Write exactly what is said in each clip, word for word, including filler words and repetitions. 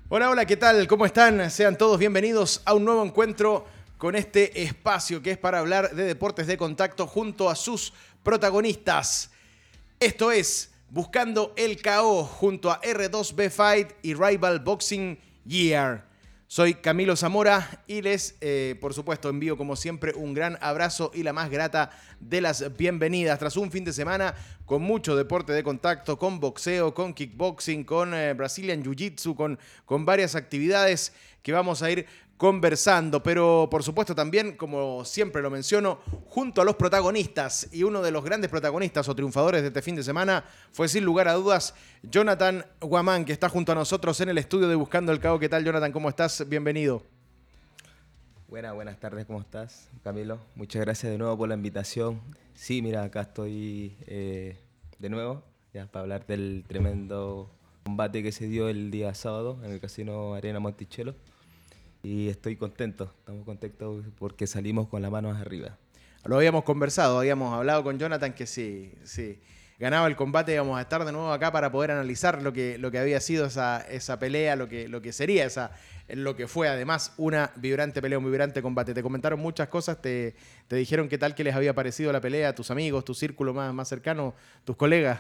Hola, hola, ¿qué tal? ¿Cómo están? Sean todos bienvenidos a un nuevo encuentro con este espacio que es para hablar de deportes de contacto junto a sus protagonistas. Esto es Buscando el K O junto a R dos B Fight y Rival Boxing Year. Soy Camilo Zamora y les, eh, por supuesto, envío como siempre un gran abrazo y la más grata de las bienvenidas. Tras un fin de semana con mucho deporte de contacto, con boxeo, con kickboxing, con eh, Brazilian Jiu-Jitsu, con, con varias actividades que vamos a ir conversando, pero por supuesto también, como siempre lo menciono, junto a los protagonistas, y uno de los grandes protagonistas o triunfadores de este fin de semana fue sin lugar a dudas Jonathan Guamán, que está junto a nosotros en el estudio de Buscando el K O. ¿Qué tal, Jonathan? ¿Cómo estás? Bienvenido. Buenas, buenas tardes, ¿cómo estás, Camilo? Muchas gracias de nuevo por la invitación. Sí, mira, acá estoy eh, de nuevo, ya para hablar del tremendo combate que se dio el día sábado en el Casino Arena Monticello. Y estoy contento, estamos contentos porque salimos con las manos arriba. Lo habíamos conversado, habíamos hablado con Jonathan que sí, sí. ganaba el combate, íbamos a estar de nuevo acá para poder analizar lo que, lo que había sido esa, esa pelea, lo que, lo que sería esa, lo que fue además una vibrante pelea, un vibrante combate. Te comentaron muchas cosas, te, te dijeron qué tal que les había parecido la pelea, tus amigos, tu círculo más, más cercano, tus colegas.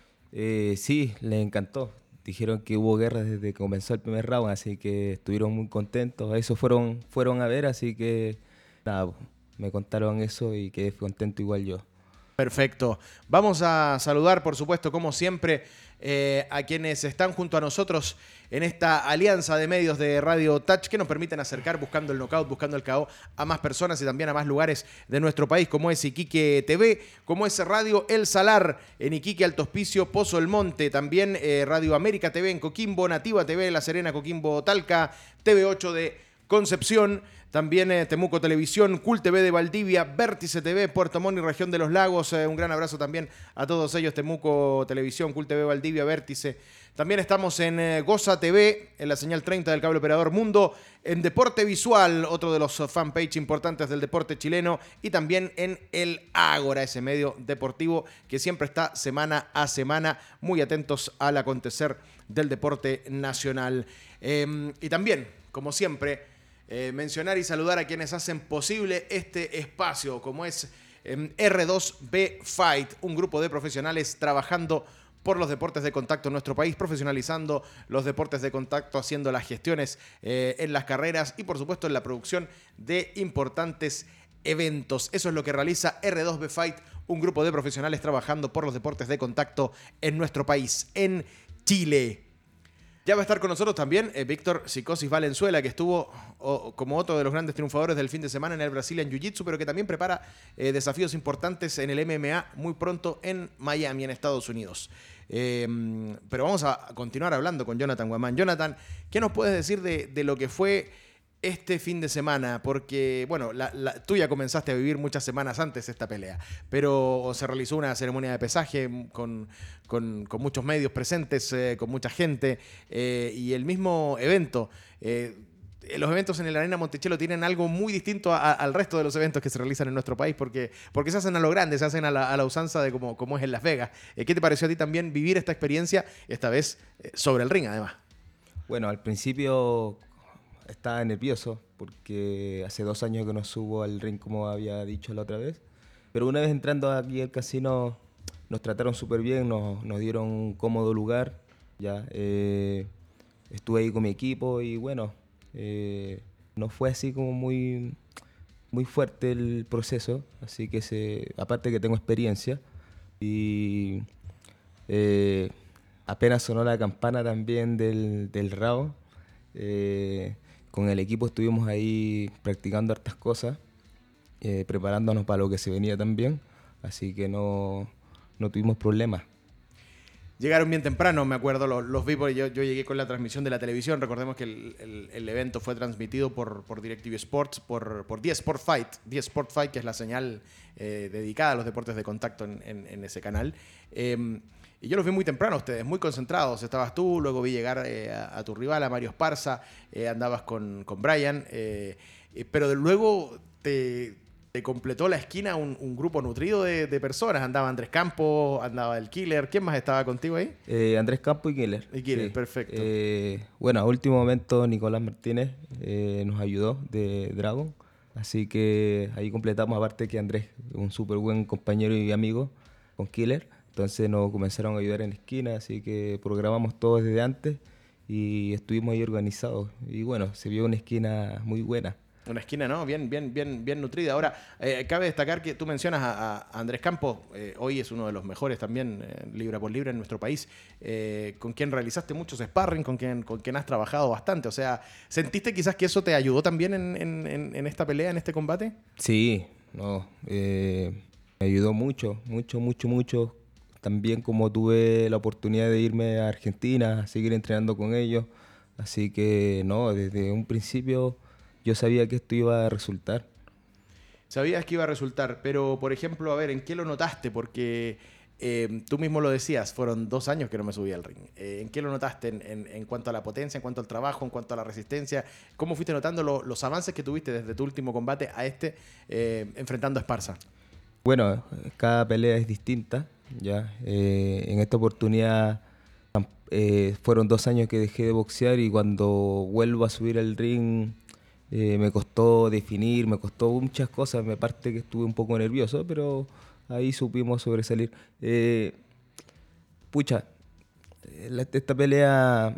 Eh, sí, les encantó. Dijeron que hubo guerra desde que comenzó el primer round, así que estuvieron muy contentos. Eso fueron, fueron a ver, así que nada, me contaron eso y quedé contento igual yo. Perfecto. Vamos a saludar, por supuesto, como siempre, eh, a quienes están junto a nosotros en esta alianza de medios de Radio Touch que nos permiten acercar, buscando el knockout, buscando el K O, a más personas y también a más lugares de nuestro país, como es Iquique T V, como es Radio El Salar en Iquique, Alto Hospicio, Pozo El Monte, también eh, Radio América T V en Coquimbo, Nativa T V, La Serena, Coquimbo, Talca, T V ocho de Concepción, también eh, Temuco Televisión, Cool T V de Valdivia, Vértice T V, Puerto Montt y Región de los Lagos. Eh, un gran abrazo también a todos ellos, Temuco Televisión, Cool T V Valdivia, Vértice. También estamos en eh, Goza T V, en la señal treinta del cable operador Mundo, en Deporte Visual, otro de los fanpage importantes del deporte chileno, y también en el Ágora, ese medio deportivo que siempre está semana a semana muy atentos al acontecer del deporte nacional. Eh, y también, como siempre, Eh, mencionar y saludar a quienes hacen posible este espacio, como es eh, R dos B Fight, un grupo de profesionales trabajando por los deportes de contacto en nuestro país, profesionalizando los deportes de contacto, haciendo las gestiones eh, en las carreras y, por supuesto, en la producción de importantes eventos. Eso es lo que realiza R dos B Fight, un grupo de profesionales trabajando por los deportes de contacto en nuestro país, en Chile. Ya va a estar con nosotros también eh, Víctor Psicosis Valenzuela, que estuvo oh, como otro de los grandes triunfadores del fin de semana en el Brazilian Jiu-Jitsu, pero que también prepara eh, desafíos importantes en el M M A muy pronto en Miami, en Estados Unidos. Eh, pero vamos a continuar hablando con Jonathan Guamán. Jonathan, ¿qué nos puedes decir de, de lo que fue este fin de semana? Porque, bueno, la, la, tú ya comenzaste a vivir muchas semanas antes esta pelea, pero se realizó una ceremonia de pesaje con, con, con muchos medios presentes, eh, con mucha gente, eh, y el mismo evento. Eh, los eventos en el Arena Monticello tienen algo muy distinto a, a, al resto de los eventos que se realizan en nuestro país, porque, porque se hacen a lo grande, se hacen a la, a la usanza de como, como es en Las Vegas. Eh, ¿Qué te pareció a ti también vivir esta experiencia, esta vez eh, sobre el ring además? Bueno, al principio estaba nervioso porque hace dos años que no subo al ring, como había dicho la otra vez. Pero una vez entrando aquí al casino nos trataron súper bien, nos, nos dieron un cómodo lugar. Ya, eh, estuve ahí con mi equipo y bueno, eh, no fue así como muy, muy fuerte el proceso. Así que se, aparte que tengo experiencia y eh, apenas sonó la campana también del, del round. Eh, Con el equipo estuvimos ahí practicando hartas cosas, eh, preparándonos para lo que se venía también, así que no, no tuvimos problemas. Llegaron bien temprano, me acuerdo, los, los vi, porque yo, yo llegué con la transmisión de la televisión. Recordemos que el, el, el evento fue transmitido por, por DirecTV Sports, por, por The Sport Fight, The Sport Fight, que es la señal eh, dedicada a los deportes de contacto en, en, en ese canal. Eh, Y yo los vi muy temprano ustedes, muy concentrados. Estabas tú, luego vi llegar eh, a, a tu rival, a Mario Esparza, eh, andabas con, con Brian, eh, eh, pero luego te, te completó la esquina un, un grupo nutrido de, de personas. Andaba Andrés Campos, andaba el Killer. ¿Quién más estaba contigo ahí? Eh, Andrés Campos y Killer. Y Killer, Sí. perfecto. Eh, bueno, a último momento Nicolás Martínez eh, nos ayudó de Dragon. Así que ahí completamos, aparte que Andrés, un súper buen compañero y amigo con Killer. Entonces nos comenzaron a ayudar en la esquina, así que programamos todo desde antes y estuvimos ahí organizados. Y bueno, se vio una esquina muy buena. Una esquina, ¿no? Bien, bien, bien, bien nutrida. Ahora, eh, cabe destacar que tú mencionas a, a Andrés Campos, eh, hoy es uno de los mejores también, eh, libra por libra en nuestro país, eh, con quien realizaste muchos sparring, con quien, con quien has trabajado bastante. O sea, ¿sentiste quizás que eso te ayudó también en, en, en, en esta pelea, en este combate? Sí, no, eh, me ayudó mucho, mucho, mucho, mucho. También como tuve la oportunidad de irme a Argentina, a seguir entrenando con ellos. Así que no, desde un principio yo sabía que esto iba a resultar. Sabías que iba a resultar, pero por ejemplo, a ver, ¿en qué lo notaste? Porque eh, tú mismo lo decías, fueron dos años que no me subí al ring. Eh, ¿En qué lo notaste en, en, en cuanto a la potencia, en cuanto al trabajo, en cuanto a la resistencia? ¿Cómo fuiste notando lo, los avances que tuviste desde tu último combate a este, eh, enfrentando a Esparza? Bueno, cada pelea es distinta, ¿ya? Eh, en esta oportunidad eh, fueron dos años que dejé de boxear y cuando vuelvo a subir al ring eh, me costó definir, me costó muchas cosas, me parte que estuve un poco nervioso, pero ahí supimos sobresalir. Eh, pucha, eh, la- esta pelea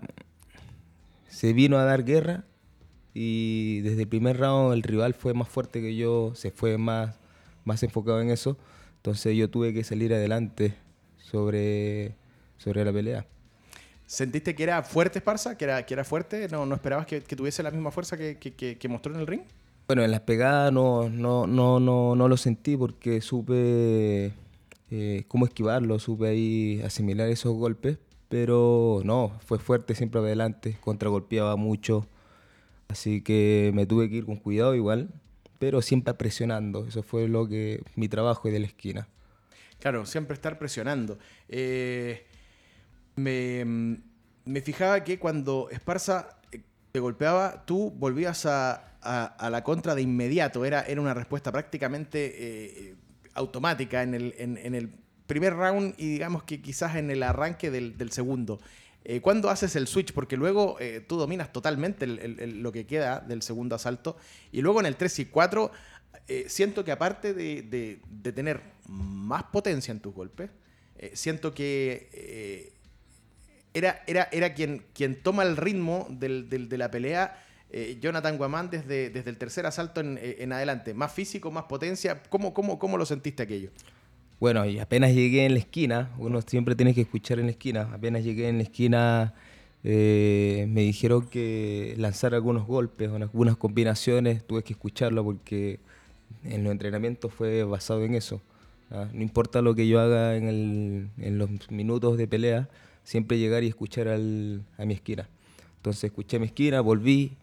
se vino a dar guerra y desde el primer round el rival fue más fuerte que yo, se fue más, más enfocado en eso, entonces yo tuve que salir adelante sobre, sobre la pelea. ¿Sentiste que era fuerte Esparza? ¿Que era, que era fuerte? ¿No, no esperabas que, que tuviese la misma fuerza que, que, que- que mostró en el ring? Bueno, en las pegadas no, no, no, no, no lo sentí porque supe eh, cómo esquivarlo, supe ahí asimilar esos golpes, pero no, fue fuerte siempre adelante, contragolpeaba mucho, así que me tuve que ir con cuidado igual, pero siempre presionando, eso fue lo que mi trabajo de la esquina. Claro, siempre estar presionando. Eh, me, mm, me fijaba que cuando Esparza eh, te golpeaba, tú volvías a, a- a la contra de inmediato. Era, era una respuesta prácticamente eh, automática en el, en, en el primer round y digamos que quizás en el arranque del, del segundo. Eh, ¿Cuándo haces el switch? Porque luego eh, tú dominas totalmente el- el- el- lo que queda del segundo asalto. Y luego en el tres y cuatro eh, siento que aparte de, de- de tener más potencia en tus golpes, eh, siento que eh, era, era, era quien, quien toma el ritmo del- del- de la pelea, eh, Jonathan Guamán, desde, desde el tercer asalto en, eh, en adelante. Más físico, más potencia. ¿Cómo, cómo, cómo lo sentiste aquello? Bueno, y apenas llegué en la esquina, uno siempre tiene que escuchar en la esquina, apenas llegué en la esquina eh, me dijeron que lanzar algunos golpes, o algunas combinaciones, tuve que escucharlo porque en los entrenamientos fue basado en eso. ¿Ah? No importa lo que yo haga en, el- en los minutos de pelea, siempre llegar y escuchar al- a mi esquina. Entonces escuché mi esquina, volví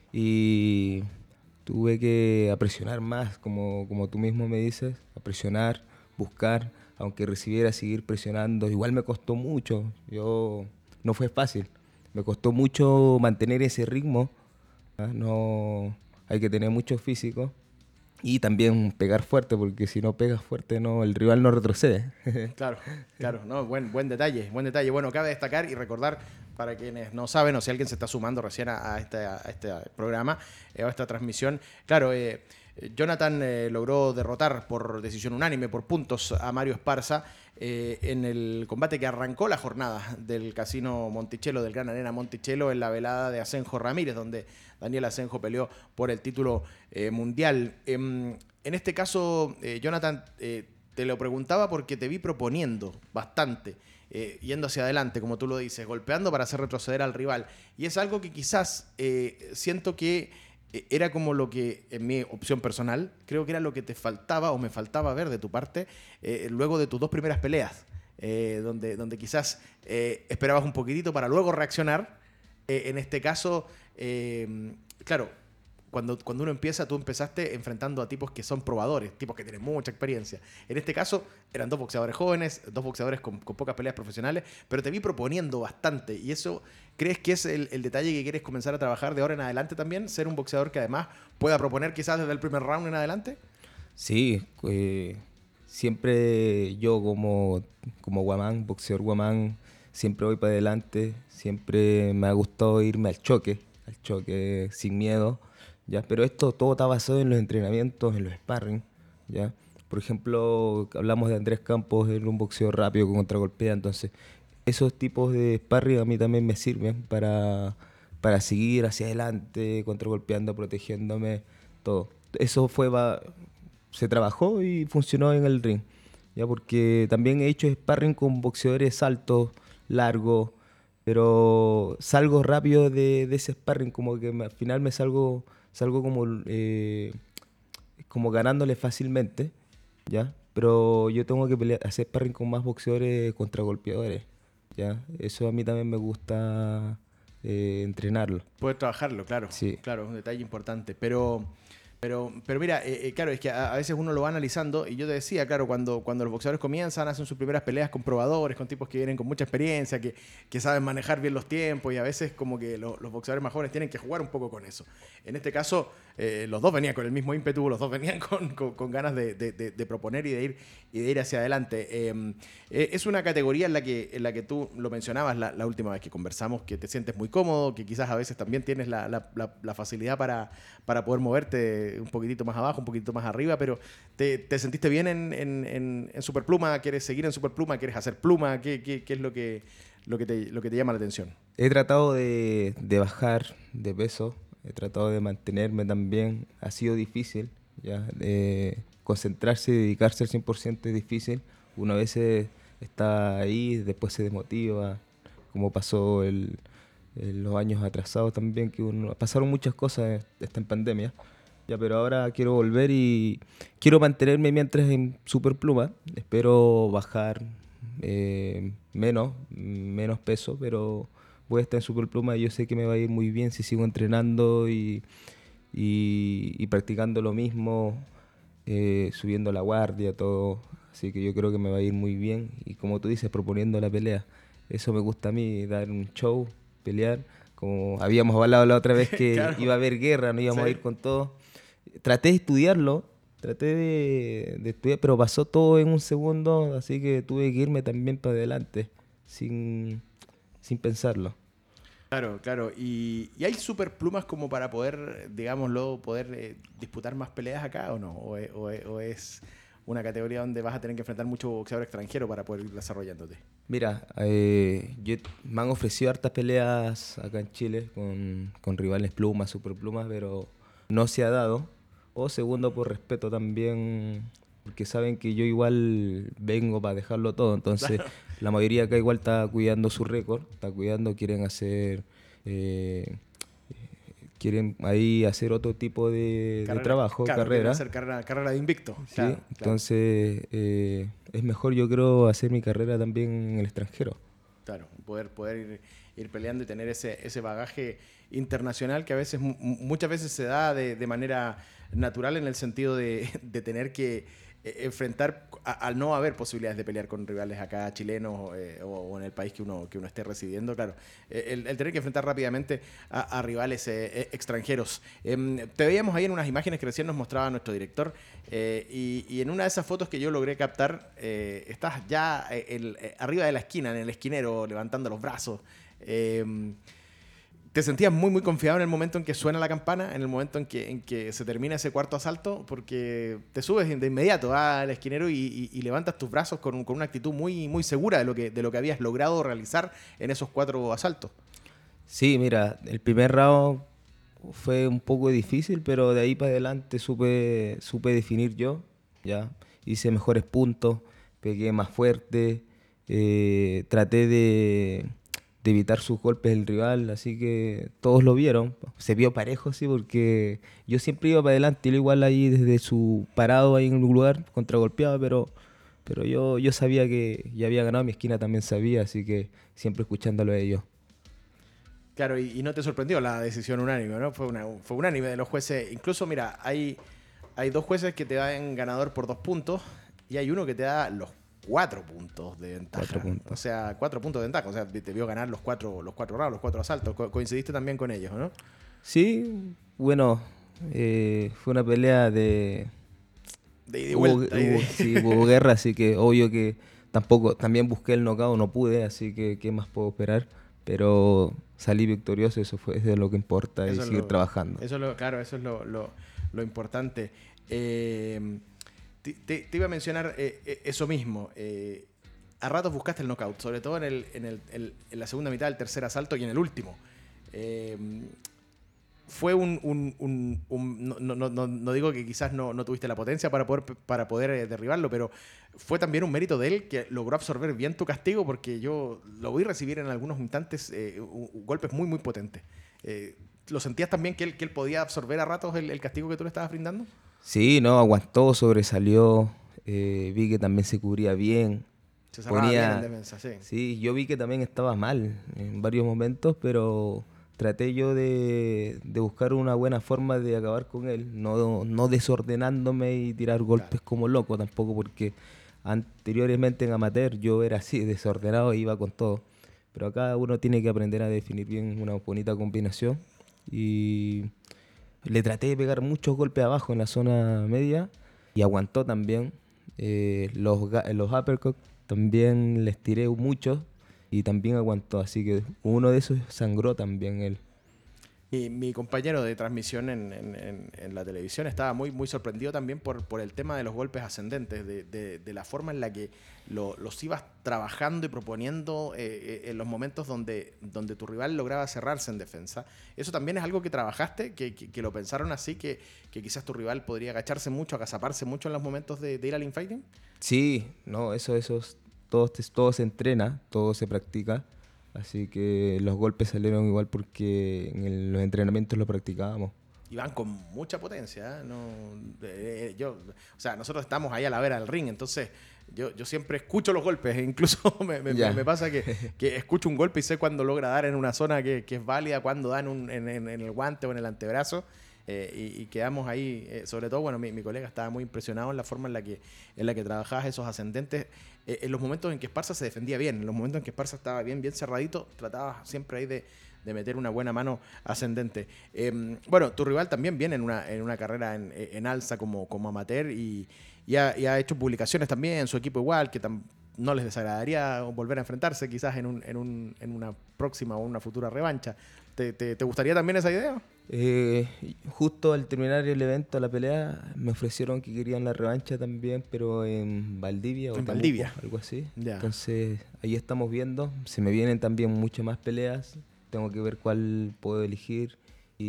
y tuve que a presionar más, como, como tú mismo me dices, a presionar, buscar, aunque recibiera, seguir presionando. Igual me costó mucho, yo no fue fácil, me costó mucho mantener ese ritmo. ¿Ah? No, hay que tener mucho físico y también pegar fuerte, porque si no pegas fuerte, no, el rival no retrocede. Claro, claro, no, buen, buen detalle, buen detalle. Bueno, cabe destacar y recordar para quienes no saben o si alguien se está sumando recién a, a este, a este programa eh, o a esta transmisión. Claro, eh, Jonathan eh, logró derrotar por decisión unánime, por puntos, a Mario Esparza eh, en el combate que arrancó la jornada del Casino Monticello, del Gran Arena Monticello, en la velada de Asenjo Ramírez, donde Daniel Asenjo peleó por el título eh, mundial. Em, en este caso, eh, Jonathan, eh, te lo preguntaba porque te vi proponiendo bastante, eh, yendo hacia adelante, como tú lo dices, golpeando para hacer retroceder al rival. Y es algo que quizás eh, siento que eh, era como lo que, en mi opción personal, creo que era lo que te faltaba o me faltaba ver de tu parte eh, luego de tus dos primeras peleas, eh, donde, donde quizás eh, esperabas un poquitito para luego reaccionar. Eh, en este caso, eh, claro, cuando, cuando uno empieza, tú empezaste enfrentando a tipos que son probadores, tipos que tienen mucha experiencia. En este caso, eran dos boxeadores jóvenes, dos boxeadores con, con pocas peleas profesionales, pero te vi proponiendo bastante. ¿Y eso crees que es el, el detalle que quieres comenzar a trabajar de ahora en adelante también? ¿Ser un boxeador que además pueda proponer quizás desde el primer round en adelante? Sí, eh, siempre yo como, como guamán, boxeador guamán, siempre voy para adelante, siempre me ha gustado irme al choque, al choque sin miedo, ¿ya? Pero esto todo está basado en los entrenamientos, en los sparring, ¿ya? Por ejemplo, hablamos de Andrés Campos, en un boxeo rápido con contragolpea, entonces esos tipos de sparring a mí también me sirven para, para seguir hacia adelante, contragolpeando, protegiéndome, todo. Eso fue, va- se trabajó y funcionó en el ring, ya porque también he hecho sparring con boxeadores altos, largos, pero salgo rápido de, de ese sparring, como que me- al final me salgo, salgo como, eh, como ganándole fácilmente, ¿ya? Pero yo tengo que pelear, hacer sparring con más boxeadores contragolpeadores, ¿ya? Eso a mí también me gusta eh, entrenarlo. Puedes trabajarlo, claro. Sí. Claro, es un detalle importante. Pero, pero, pero mira, eh, eh, claro, es que a, a veces uno lo va analizando y yo te decía, claro, cuando, cuando los boxeadores comienzan, hacen sus primeras peleas con probadores, con tipos que vienen con mucha experiencia, que, que saben manejar bien los tiempos y a veces como que lo- los boxeadores más jóvenes tienen que jugar un poco con eso. En este caso, eh, los dos venían con el mismo ímpetu, los dos venían con, con- con ganas de, de- de- de proponer y de ir, y de ir hacia adelante. Eh, eh, es una categoría en la que, en la que tú lo mencionabas la, la última vez que conversamos, que te sientes muy cómodo, que quizás a veces también tienes la, la- la- la facilidad para, para poder moverte un poquitito más abajo, un poquitito más arriba, pero ¿te, te sentiste bien en, en, en- en Superpluma? ¿Quieres seguir en Superpluma? ¿Quieres hacer pluma? ¿Qué, qué- qué es lo que, lo, que te, lo que te llama la atención? He tratado de, de bajar de peso, he tratado de mantenerme también. Ha sido difícil, ya. Eh, concentrarse y dedicarse al cien por ciento es difícil. Uno a veces está ahí, después se desmotiva, como pasó el, en los años atrasados también, que uno, pasaron muchas cosas esta en pandemia. Ya, pero ahora quiero volver y quiero mantenerme mientras en Superpluma. Espero bajar eh, menos, menos peso, pero voy a estar en Superpluma y yo sé que me va a ir muy bien si sigo entrenando y, y, y practicando lo mismo, eh, subiendo la guardia, todo. Así que yo creo que me va a ir muy bien. Y como tú dices, proponiendo la pelea. Eso me gusta a mí, dar un show, pelear. Como habíamos hablado la otra vez que Claro. iba a haber guerra, no íbamos a Sí. ir con todo. Traté de estudiarlo, traté de, de estudiar, pero pasó todo en un segundo, así que tuve que irme también para adelante, sin, sin pensarlo. Claro, claro. ¿Y, y hay superplumas como para poder, digámoslo, poder eh, disputar más peleas acá o no? ¿O es, o es- o es una categoría donde vas a tener que enfrentar mucho boxeador extranjero para poder ir desarrollándote? Mira, eh, yo, me han ofrecido hartas peleas acá en Chile con, con rivales plumas, superplumas, pero no se ha dado. O segundo, por respeto también, porque saben que yo igual vengo para dejarlo todo. Entonces, la mayoría acá igual está cuidando su récord, está cuidando, quieren hacer, eh, quieren ahí hacer otro tipo de, de Carrera, trabajo, claro, quieren carrera. hacer carrera, carrera de invicto. ¿Sí? Claro, claro. Entonces, eh, es mejor yo creo hacer mi carrera también en el extranjero. Claro, poder, poder ir, ir peleando y tener ese, ese bagaje internacional que a veces, mu- mu- muchas veces se da de, de manera natural en el sentido de, de tener que eh, enfrentar, a- al no haber posibilidades de pelear con rivales acá chilenos eh, o, o en el país que uno, que uno esté residiendo, claro, eh, el, el tener que enfrentar rápidamente a, a rivales eh, eh, extranjeros. Em, te veíamos ahí en unas imágenes que recién nos mostraba nuestro director eh, y, y en una de esas fotos que yo logré captar, eh, estás ya eh, el- eh, arriba de la esquina, en el esquinero, levantando los brazos. Em, ¿Te sentías muy, muy confiado en el momento en que suena la campana, en el momento en que, en que se termina ese cuarto asalto? Porque te subes de inmediato al esquinero y, y- y levantas tus brazos con, con una actitud muy, muy segura de lo, que, de lo que habías logrado realizar en esos cuatro asaltos. Sí, mira, el primer round fue un poco difícil, pero de ahí para adelante supe, supe definir yo, ya. Hice mejores puntos, pegué más fuerte, eh, traté de, de evitar sus golpes del rival, así que todos lo vieron. Se vio parejo, sí, porque yo siempre iba para adelante, él igual ahí desde su parado ahí en un lugar, contragolpeaba, pero, pero yo, yo sabía que ya había ganado, mi esquina también sabía, así que siempre escuchándolo a ellos. Claro, y, y no te sorprendió la decisión unánime, ¿no? Fue, una, fue unánime de los jueces. Incluso, mira, hay, hay dos jueces que te dan ganador por dos puntos y hay uno que te da los cuatro puntos de ventaja. Cuatro puntos. O sea, cuatro puntos de ventaja. O sea, te vio ganar los cuatro, los cuatro rounds, los cuatro asaltos. Co- coincidiste también con ellos, ¿no? Sí, bueno, eh, fue una pelea de, De ida y hubo, vuelta. y de- hubo- sí, hubo guerra, así que obvio que tampoco, también busqué el knockout, no pude, así que ¿qué más puedo esperar? Pero salí victorioso, eso fue eso es lo que importa y Eso es seguir lo, trabajando. eso es lo, claro, eso es lo, lo- lo importante. Eh, te, te- te iba a mencionar eh, eh, eso mismo. Eh, a ratos buscaste el knockout, sobre todo en, el, en, el- el- en la segunda mitad del tercer asalto y en el último. Eh, fue un... un- un- un- no, no- no- no digo que quizás no, no tuviste la potencia para poder, para poder eh, derribarlo, pero fue también un mérito de él que logró absorber bien tu castigo, porque yo lo vi recibir en algunos instantes eh, u- u- golpes muy, muy potentes. Eh, ¿Lo sentías también que él, que él podía absorber a ratos el, el castigo que tú le estabas brindando? Sí, no, aguantó, sobresalió, eh, vi que también se cubría bien, Se cerraba bien en ponía, defensa, sí. sí, yo vi que también estaba mal en varios momentos, pero traté yo de, de buscar una buena forma de acabar con él, no, no desordenándome y tirar golpes Claro. como loco tampoco, porque anteriormente en amateur yo era así, desordenado e iba con todo. Pero acá uno tiene que aprender a definir bien una bonita combinación y le traté de pegar muchos golpes abajo en la zona media y aguantó también. Eh, los, ga- los uppercut también les tiré muchos y también aguantó. Así que uno de esos sangró también él. Y mi compañero de transmisión en, en- en- en la televisión estaba muy, muy sorprendido también por, por el tema de los golpes ascendentes, de, de- de la forma en la que lo- los ibas trabajando y proponiendo eh, eh, en los momentos donde, donde tu rival lograba cerrarse en defensa. ¿Eso también es algo que trabajaste, que, que- que lo pensaron así, que, que quizás tu rival podría agacharse mucho, agazaparse mucho en los momentos de, de ir al infighting? Sí, no, eso, eso, es- todo, te- todo se entrena, todo se practica. Así que los golpes salieron igual porque en el- los entrenamientos lo practicábamos. Y van con mucha potencia, ¿eh? No, eh, eh, yo, o sea, nosotros estamos ahí a la vera del ring, entonces yo, yo siempre escucho los golpes, e incluso me, me- Ya. me pasa que, que escucho un golpe y sé cuándo logra dar en una zona que, que es válida, cuándo da en, un- en- en- en el guante o en el antebrazo, eh, y, y quedamos ahí, eh, sobre todo, bueno, mi, mi colega estaba muy impresionado en la forma en la que, en la que trabajabas esos ascendentes, eh, en los momentos en que Esparza se defendía bien, en los momentos en que Esparza estaba bien, bien cerradito, trataba siempre ahí de de meter una buena mano ascendente. Eh, bueno, tu rival también viene en una, en una carrera en, en alza como, como amateur y, y, ha, y ha hecho publicaciones también, su equipo igual, que tam- no les desagradaría volver a enfrentarse quizás en, un, en, un, en una próxima o una futura revancha. ¿Te, te, te gustaría también esa idea? Eh, justo al terminar el evento, la pelea, me ofrecieron que querían la revancha también, pero en Valdivia o En Temuco, Valdivia. algo así. Ya. Entonces, ahí estamos viendo. Se me vienen también muchas más peleas. Tengo que ver cuál puedo elegir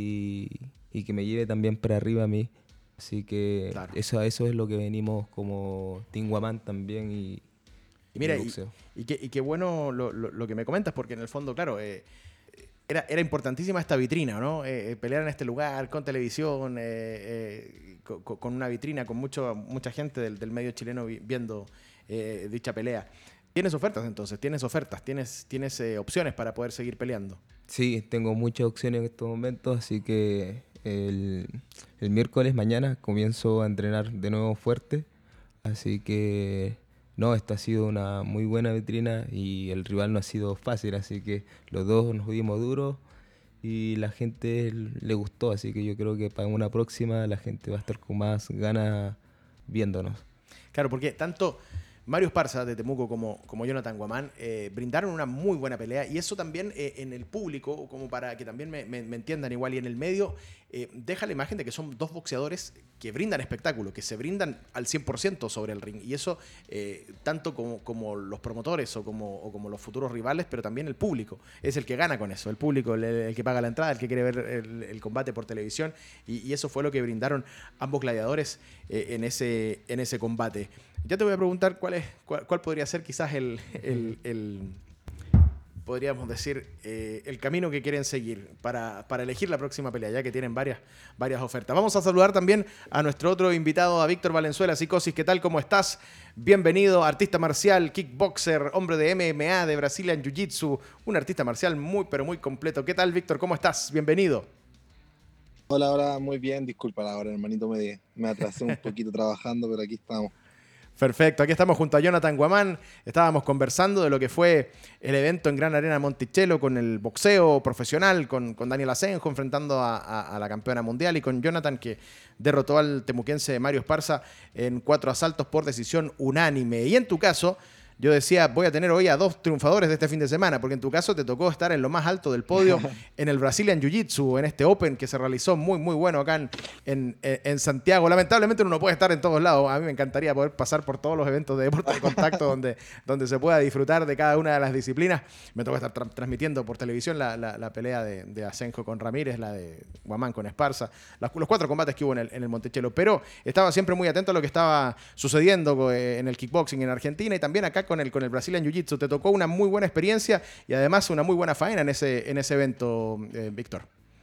y, y que me lleve también para arriba a mí. Así que Claro. eso, eso es lo que venimos como Team Guamán también y, Y mira, y y, boxeo. y qué, y qué bueno lo, lo- lo que me comentas, porque en el fondo, claro, eh, era, era importantísima esta vitrina, ¿no? Eh, eh, pelear en este lugar, con televisión, eh, eh, co- co- con, una vitrina, con mucho, mucha gente del, del medio chileno vi- viendo eh, dicha pelea. ¿Tienes ofertas entonces? ¿Tienes ofertas? ¿Tienes, tienes eh, opciones para poder seguir peleando? Sí, tengo muchas opciones en estos momentos, así que el, el miércoles mañana comienzo a entrenar de nuevo fuerte. Así que no, esta ha sido una muy buena vitrina y el rival no ha sido fácil, así que los dos nos dimos duro y la gente le gustó, así que yo creo que para una próxima la gente va a estar con más ganas viéndonos. Claro, porque tanto Mario Esparza de Temuco como, como Jonathan Guamán eh, brindaron una muy buena pelea y eso también eh, en el público, como para que también me, me- me entiendan igual y en el medio, eh, deja la imagen de que son dos boxeadores que brindan espectáculo, que se brindan al cien por ciento sobre el ring y eso eh, tanto como, como los promotores o como, o como los futuros rivales, pero también el público es el que gana con eso, el público, el, el que paga la entrada, el que quiere ver el, el combate por televisión y, y eso fue lo que brindaron ambos gladiadores eh, en, ese, en ese combate. Ya te voy a preguntar cuál es, cuál, cuál podría ser quizás el, el- el- podríamos decir, eh, el camino que quieren seguir para, para elegir la próxima pelea, ya que tienen varias, varias ofertas. Vamos a saludar también a nuestro otro invitado, a Víctor Valenzuela. Psicosis, ¿qué tal? ¿Cómo estás? Bienvenido, artista marcial, kickboxer, hombre de M M A, de Brazilian Jiu-Jitsu, un artista marcial muy, pero muy completo. ¿Qué tal, Víctor? ¿Cómo estás? Bienvenido. Hola, hola, muy bien. Disculpa la hora, hermanito, me, me atrasé un poquito trabajando, pero aquí estamos. Perfecto, aquí estamos junto a Jonathan Guamán, estábamos conversando de lo que fue el evento en Gran Arena Monticello con el boxeo profesional, con, con Daniel Asenjo enfrentando a, a, a la campeona mundial y con Jonathan que derrotó al temuquense Mario Esparza en cuatro asaltos por decisión unánime. Y en tu caso, yo decía, voy a tener hoy a dos triunfadores de este fin de semana, porque en tu caso te tocó estar en lo más alto del podio en el Brazilian Jiu-Jitsu, en este Open que se realizó muy, muy bueno acá en, en, en Santiago. Lamentablemente uno no puede estar en todos lados. A mí me encantaría poder pasar por todos los eventos de deporte de contacto donde, donde se pueda disfrutar de cada una de las disciplinas. Me tocó estar tra transmitiendo por televisión la, la, la pelea de, de Asenjo con Ramírez, la de Guamán con Esparza, las, los cuatro combates que hubo en el, en el Monticello. Pero estaba siempre muy atento a lo que estaba sucediendo en el kickboxing en Argentina y también acá con el, con el Brazilian Jiu-Jitsu. Te tocó una muy buena experiencia y además una muy buena faena en ese, en ese evento, eh, Víctor.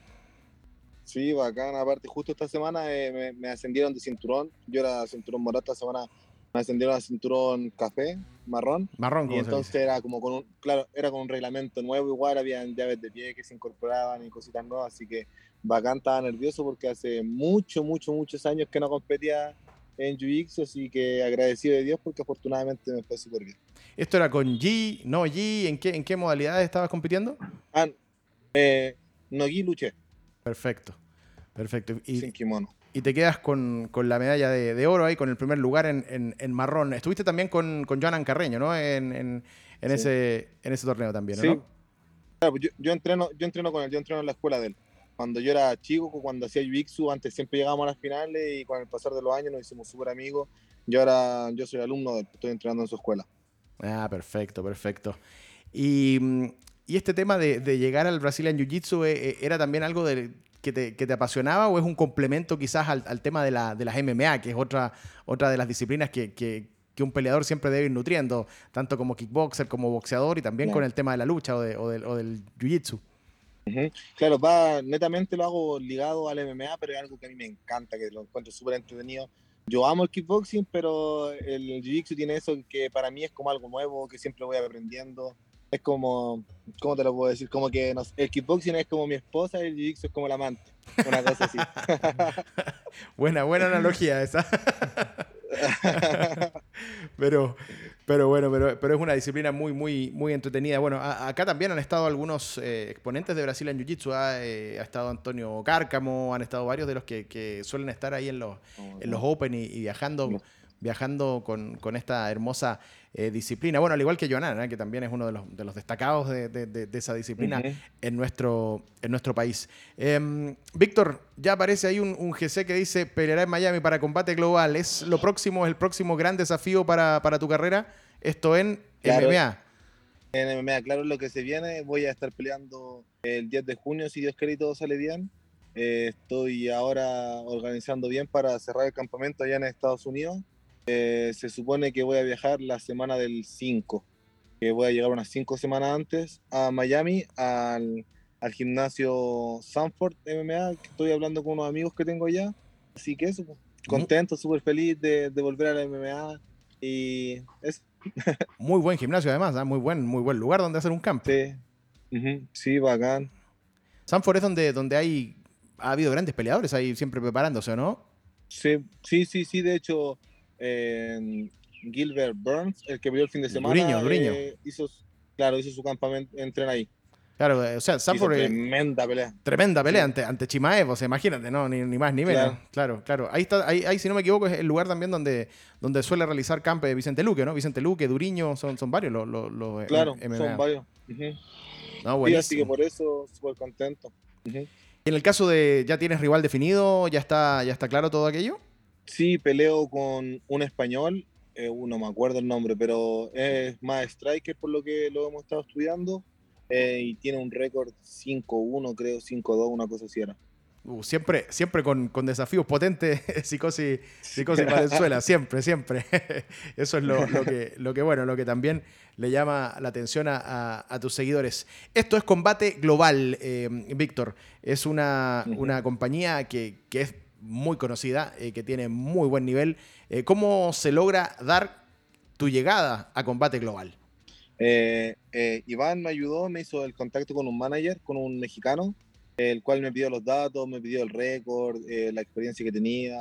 Sí, bacán. Aparte, justo esta semana eh, me, me ascendieron de cinturón. Yo era cinturón morado, esta semana me ascendieron a cinturón café, marrón. Marrón, Y como se entonces dice. era como con un, claro, era con un reglamento nuevo, igual habían llaves de pie que se incorporaban y cositas nuevas, así que bacán, estaba nervioso porque hace mucho, mucho, muchos años que no competía en Jiu-Jitsu, así que agradecido de Dios porque afortunadamente me fue súper bien. ¿Esto era con G, no G? ¿En qué, en qué modalidades estabas compitiendo? Ah, eh, Nogi luché. Perfecto, perfecto. Y, Sin kimono. y te quedas con, con la medalla de, de oro ahí, con el primer lugar en, en, en marrón. Estuviste también con, con Joanan Carreño, ¿no? En, en, en, Sí. ese, en ese torneo también, Sí. ¿no? Claro, pues yo, yo, entreno, yo entreno con él, yo entreno en la escuela de él. Cuando yo era chico, cuando hacía Jiu-Jitsu, antes siempre llegábamos a las finales y con el pasar de los años nos hicimos súper amigos. Yo ahora yo soy alumno de él, estoy entrenando en su escuela. Ah, perfecto, perfecto. Y, y este tema de, de llegar al Brazilian Jiu-Jitsu, eh, ¿era también algo de, que, te, que te apasionaba o es un complemento quizás al, al tema de, la, de las M M A, que es otra, otra de las disciplinas que, que, que un peleador siempre debe ir nutriendo, tanto como kickboxer, como boxeador y también con Claro. el tema de la lucha o, de, o, del, o del Jiu-Jitsu? Uh-huh. Claro, va, netamente lo hago ligado al M M A, pero es algo que a mí me encanta, que lo encuentro súper entretenido. Yo amo el kickboxing, pero el Jiu-Jitsu tiene eso que para mí es como algo nuevo, que siempre voy aprendiendo. Es como, ¿cómo te lo puedo decir? Como que no sé, el kickboxing es como mi esposa y el Jiu-Jitsu es como la amante. Una cosa así. buena, buena analogía esa. pero, pero bueno, pero, pero es una disciplina muy, muy, muy entretenida. Bueno, a, acá también han estado algunos eh, exponentes de Brasil en Jiu-Jitsu. Ha, eh, ha estado Antonio Cárcamo, han estado varios de los que, que suelen estar ahí en los, Oh, en los no. Open y, y viajando, viajando con, con esta hermosa eh, disciplina. Bueno, al igual que Jonan, ¿eh? Que también es uno de los, de los destacados de, de, de, de esa disciplina Uh-huh. en, nuestro, en nuestro país. Eh, Víctor, ya aparece ahí un, un G C que dice peleará en Miami para combate global. ¿Es lo próximo, es el próximo gran desafío para, para tu carrera? Esto en Claro, M M A. en M M A, claro lo que se viene. Voy a estar peleando el diez de junio, si Dios quiere y todo sale bien. Eh, estoy ahora organizando bien para cerrar el campamento allá en Estados Unidos. Eh, se supone que voy a viajar la semana del cinco, que voy a llegar unas cinco semanas antes a Miami, al, al gimnasio Sanford M M A, que estoy hablando con unos amigos que tengo allá. Así que eso, pues, Mu- contento, súper feliz de, de volver a la M M A. Y eso, Muy buen gimnasio además, ¿eh? muy, buen, muy buen lugar donde hacer un camp. sí, ujú, sí, bacán. Sanford es donde, donde hay, ha habido grandes peleadores ahí siempre preparándose, ¿no? Sí, sí, sí, sí, de hecho, eh, Gilbert Burns, el que peleó el fin de Duriño, semana, Duriño. eh, hizo, claro, hizo su campamento, entrena ahí. Claro, eh, o sea, Hizo Sanford es tremenda pelea. tremenda pelea Sí, ante, ante Chimaev, o sea, imagínate, ¿no? Ni, ni más ni menos. claro, Claro, claro. Ahí está, ahí, ahí, si no me equivoco, es el lugar también donde, donde suele realizar camp de Vicente Luque, ¿no? Vicente Luque, Duriño, son, son varios los, los, los claro, son M M A. varios. Ujú. No, Sí, así que buenísimo. por eso, súper contento. Ujú. Y en el caso de, ¿ya tienes rival definido? ¿Ya está, ya está claro todo aquello? Sí, peleo con un español, eh, uh, no me acuerdo el nombre, pero es más striker por lo que lo hemos estado estudiando, eh, y tiene un récord cinco uno, creo, cinco dos, una cosa así era. Uh, siempre, siempre con, con desafíos potentes, Psicosis, Psicosis Valenzuela, siempre, siempre. Eso es lo, lo, que, lo que, bueno, lo que también le llama la atención a, a, a tus seguidores. Esto es Combate Global, eh, Víctor. Es una, Ujú. una compañía que, que es muy conocida, eh, que tiene muy buen nivel. Eh, ¿Cómo se logra dar tu llegada a Combate Global? Eh, eh, Iván me ayudó, me hizo el contacto con un manager, con un mexicano, el cual me pidió los datos, me pidió el récord, eh, la experiencia que tenía.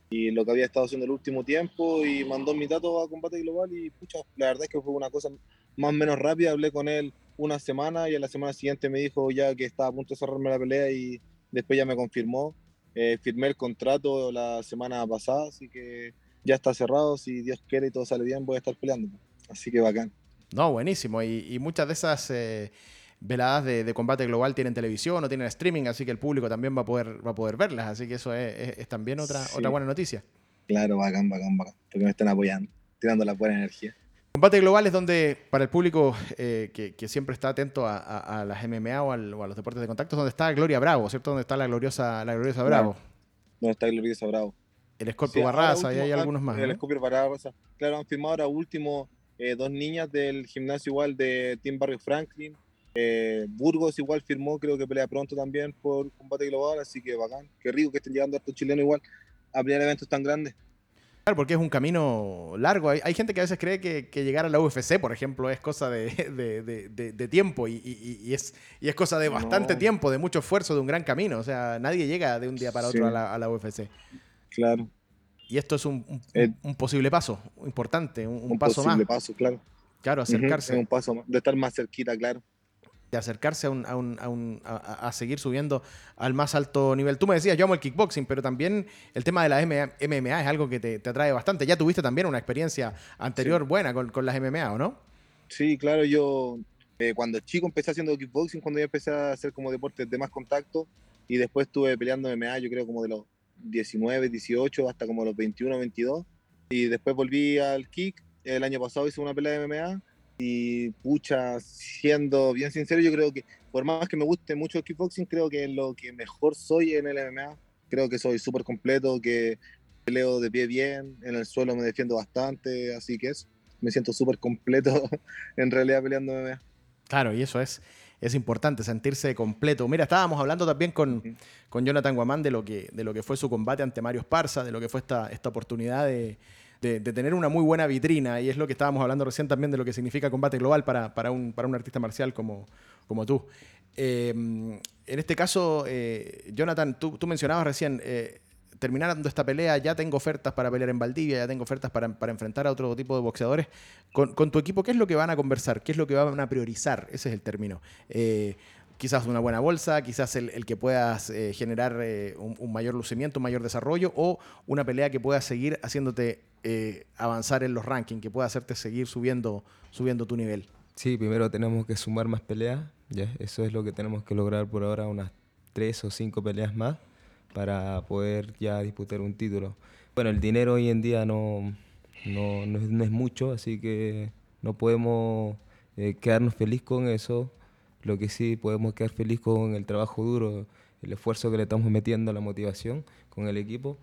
y lo que había estado haciendo el último tiempo y mandó mi dato a Combate Global y pucha, la verdad es que fue una cosa más o menos rápida, hablé con él una semana y a la semana siguiente me dijo ya que estaba a punto de cerrarme la pelea y después ya me confirmó. Eh, firmé el contrato la semana pasada, así que ya está cerrado, si Dios quiere y todo sale bien voy a estar peleando, así que bacán. No, buenísimo. Y, y muchas de esas eh, veladas de, de combate global tienen televisión o tienen streaming, así que el público también va a poder, va a poder verlas. Así que eso es, es- es también otra, otra Sí, buena noticia. claro, bacán, bacán, bacán, porque me están apoyando, tirando la buena energía. Combate global es donde, para el público eh, que, que siempre está atento a, a- a las M M A o, al- o a los deportes de contacto, es donde está Gloria Bravo, ¿cierto? Donde está la gloriosa, la gloriosa Claro, Bravo. no está Gloriosa Bravo. El Sí, Scorpio ahora Barraza y último, hay ah, algunos más, el ¿no? Scorpio para Rosa. Claro, han firmado ahora último eh, dos niñas del gimnasio igual de Team Barrio Franklin. Eh, Burgos igual firmó, creo que pelea pronto también por combate global, así que bacán. Qué rico que estén llegando a estos chilenos igual a pelear eventos tan grandes. Claro, porque es un camino largo. Hay, hay gente que a veces cree que, que llegar a la U F C, por ejemplo, es cosa de, de- de- de- de tiempo y, y- y es, y es cosa de bastante No, tiempo, de mucho esfuerzo, de un gran camino. O sea, nadie llega de un día para sí, otro a la, a la U F C. claro. Y esto es un, un- Es un posible paso importante, un, un un paso más. posible paso, claro. Claro, Ujú, es acercarse, un paso más, de estar más cerquita, claro. de acercarse a, un- a un- a un- a- a seguir subiendo al más alto nivel. Tú me decías, yo amo el kickboxing, pero también el tema de la M M A es algo que te, te atrae bastante. Ya tuviste también una experiencia Sí. anterior buena con, con las M M A, ¿o no? Sí, claro, yo eh, cuando chico empecé haciendo kickboxing, cuando yo empecé a hacer como deportes de más contacto y después estuve peleando M M A, yo creo como de los diecinueve, dieciocho hasta como los veintiuno, veintidós y después volví al kick, el año pasado hice una pelea de M M A y pucha, siendo bien sincero, yo creo que por más que me guste mucho el kickboxing, creo que es lo que mejor soy en el M M A, creo que soy súper completo, que peleo de pie bien, en el suelo me defiendo bastante, así que eso, me siento súper completo en realidad peleando M M A. Claro, y eso es, es importante, sentirse completo. Mira, estábamos hablando también con, Ujú. con Jonathan Guamán de lo, que, de lo que fue su combate ante Mario Esparza, de lo que fue esta, esta oportunidad de, de- de tener una muy buena vitrina, y es lo que estábamos hablando recién también de lo que significa combate global para, para, un, para un artista marcial como, como tú. Eh, en este caso, eh, Jonathan, tú, tú mencionabas recién, eh, terminando esta pelea, ya tengo ofertas para pelear en Valdivia, ya tengo ofertas para, para enfrentar a otro tipo de boxeadores. Con, con tu equipo, ¿qué es lo que van a conversar? ¿Qué es lo que van a priorizar? Ese es el término. Eh, quizás una buena bolsa, quizás el, el que puedas eh, generar eh, un, un mayor lucimiento, un mayor desarrollo, o una pelea que pueda seguir haciéndote eh, avanzar en los rankings, que pueda hacerte seguir subiendo, subiendo tu nivel. Sí, primero tenemos que sumar más peleas, ya, eso es lo que tenemos que lograr por ahora, unas tres o cinco peleas más para poder ya disputar un título. Bueno, el dinero hoy en día no, no, no es, no es mucho, así que no podemos eh, quedarnos feliz con eso. Lo que sí podemos quedar feliz con el trabajo duro, el esfuerzo que le estamos metiendo, la motivación con el equipo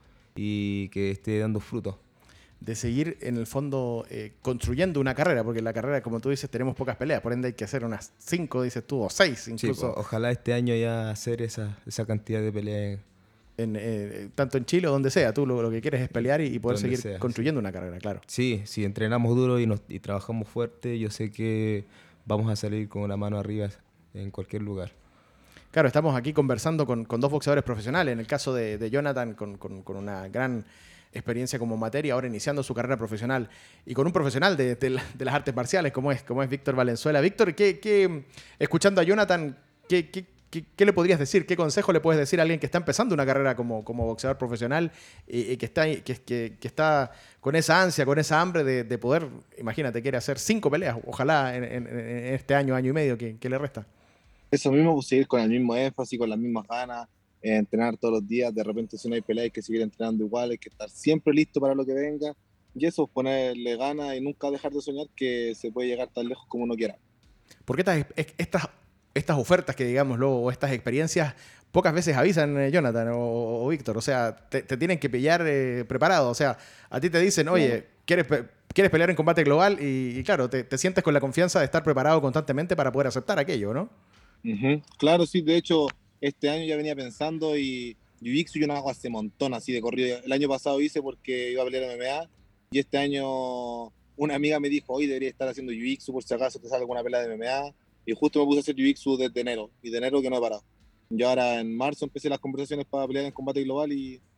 y que esté dando frutos. De seguir en el fondo eh, construyendo una carrera, porque en la carrera, como tú dices, tenemos pocas peleas, por ende hay que hacer unas cinco, dices tú, o seis Sí, incluso. o- ojalá este año ya hacer esa, esa cantidad de peleas En, eh, tanto en Chile o donde sea, tú lo, lo que quieres es pelear y, y poder donde seguir sea, construyendo una carrera, claro. sí, si entrenamos duro y, nos, y trabajamos fuerte, yo sé que vamos a salir con la mano arriba en cualquier lugar. Claro, estamos aquí conversando con, con dos boxeadores profesionales, en el caso de, de Jonathan, con, con- con una gran experiencia como materia, ahora iniciando su carrera profesional, y con un profesional de, de la- de las artes marciales, como es, como es Víctor Valenzuela. Víctor, ¿qué, qué- escuchando a Jonathan, ¿qué, qué- qué- qué le podrías decir? ¿Qué consejo le puedes decir a alguien que está empezando una carrera como, como boxeador profesional y, y que, está, que, que- que está con esa ansia, con esa hambre de, de poder, imagínate, quiere hacer cinco peleas, ojalá en, en- en este año, año y medio que, que le resta? Eso mismo, pues, seguir con el mismo énfasis, con las mismas ganas, eh, entrenar todos los días, de repente si no hay pelea hay que seguir entrenando igual, hay que estar siempre listo para lo que venga, y eso, ponerle ganas y nunca dejar de soñar que se puede llegar tan lejos como uno quiera. Porque estas, estas, estas ofertas que digámoslo, o estas experiencias, pocas veces avisan, eh, Jonathan o, o- o Víctor. O sea, te, te tienen que pillar eh, preparado. O sea, a ti te dicen, Claro. oye, ¿quieres, pe- quieres pelear en combate global? Y, y claro, te, te sientes con la confianza de estar preparado constantemente para poder aceptar aquello, ¿no? Ujú. Claro, sí, de hecho, este año ya venía pensando y Jiu-Jitsu yo no hago hace montón así de corrido. El año pasado hice porque iba a pelear M M A y este año una amiga me dijo, hoy debería estar haciendo Jiu-Jitsu por si acaso te sale alguna pelea de M M A y justo me puse a hacer Jiu-Jitsu desde enero y de enero que no he parado. Yo ahora en marzo empecé las conversaciones para pelear en combate global y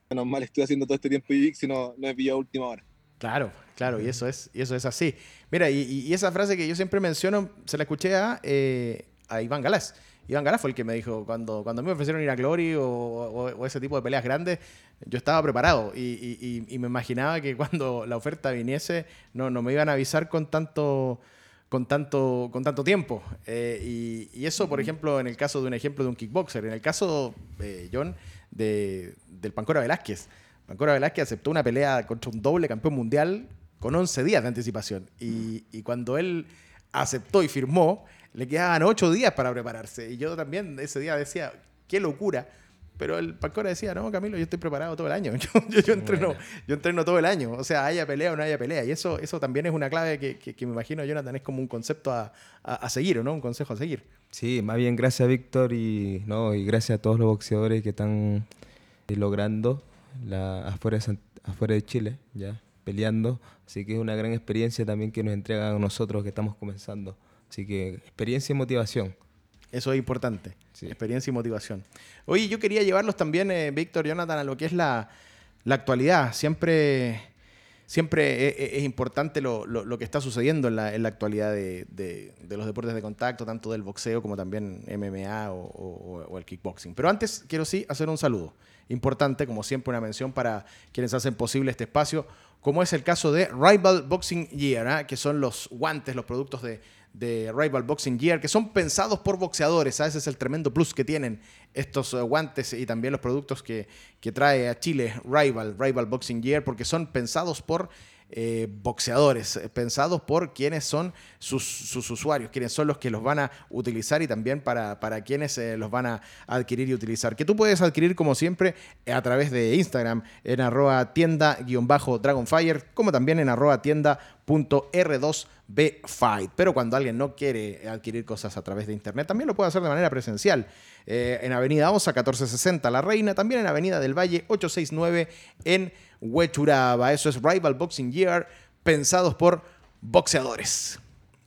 Menos mal estoy haciendo todo este tiempo y si no, no he pillado a última hora. Claro, claro, y eso es, y eso es así. Mira, y, y esa frase que yo siempre menciono, se la escuché a, eh, a Iván Galás. Iván Galás fue el que me dijo, cuando, cuando me ofrecieron ir a Glory o, o- o ese tipo de peleas grandes, yo estaba preparado y, y- y- y me imaginaba que cuando la oferta viniese no, no me iban a avisar con tanto, con tanto, con tanto tiempo. Eh, y, y eso, por ejemplo, en el caso de un ejemplo de un kickboxer. En el caso, eh, John, de, del Pancora Velázquez. Pancora Velázquez aceptó una pelea contra un doble campeón mundial con once días de anticipación. Y, y cuando él aceptó y firmó, le quedaban ocho días para prepararse. Y yo también ese día decía, qué locura. Pero el Pancora decía, no, Camilo, yo estoy preparado todo el año. Yo, yo, yo entreno, Bueno. yo entreno todo el año. O sea, haya pelea o no haya pelea. Y eso, eso también es una clave que, que, que me imagino, Jonathan, es como un concepto a, a, a seguir, ¿o no? Un consejo a seguir. Sí, más bien gracias a Víctor y, no, y gracias a todos los boxeadores que están eh, logrando la, afuera, de San- afuera de Chile, ya, peleando. Así que es una gran experiencia también que nos entregan a nosotros que estamos comenzando. Así que experiencia y motivación. Eso es importante. Sí. Experiencia y motivación. Oye, yo quería llevarlos también, eh, Víctor, Jonathan, a lo que es la, la actualidad. Siempre, siempre es, es importante lo, lo- lo que está sucediendo en la, en la actualidad de, de- de los deportes de contacto, tanto del boxeo como también M M A o, o- o el kickboxing. Pero antes quiero sí hacer un saludo. Importante, como siempre, una mención para quienes hacen posible este espacio, como es el caso de Rival Boxing Gear, ¿ah? Que son los guantes, los productos de, de Rival Boxing Gear, que son pensados por boxeadores. ¿Ah? Ese es el tremendo plus que tienen estos uh, guantes y también los productos que, que trae a Chile Rival, Rival Boxing Gear, porque son pensados por eh, boxeadores, eh, pensados por quienes son sus, sus usuarios, quienes son los que los van a utilizar y también para, para quienes eh, los van a adquirir y utilizar. Que tú puedes adquirir, como siempre, eh, a través de Instagram, en arroba tienda-dragonfire, como también en arroba tienda.r dos b fight. Pero cuando alguien no quiere adquirir cosas a través de internet, también lo puede hacer de manera presencial. Eh, en Avenida Osa, catorce sesenta La Reina, también en Avenida del Valle, ochocientos sesenta y nueve en Huechuraba. Eso es Rival Boxing Gear, pensados por boxeadores.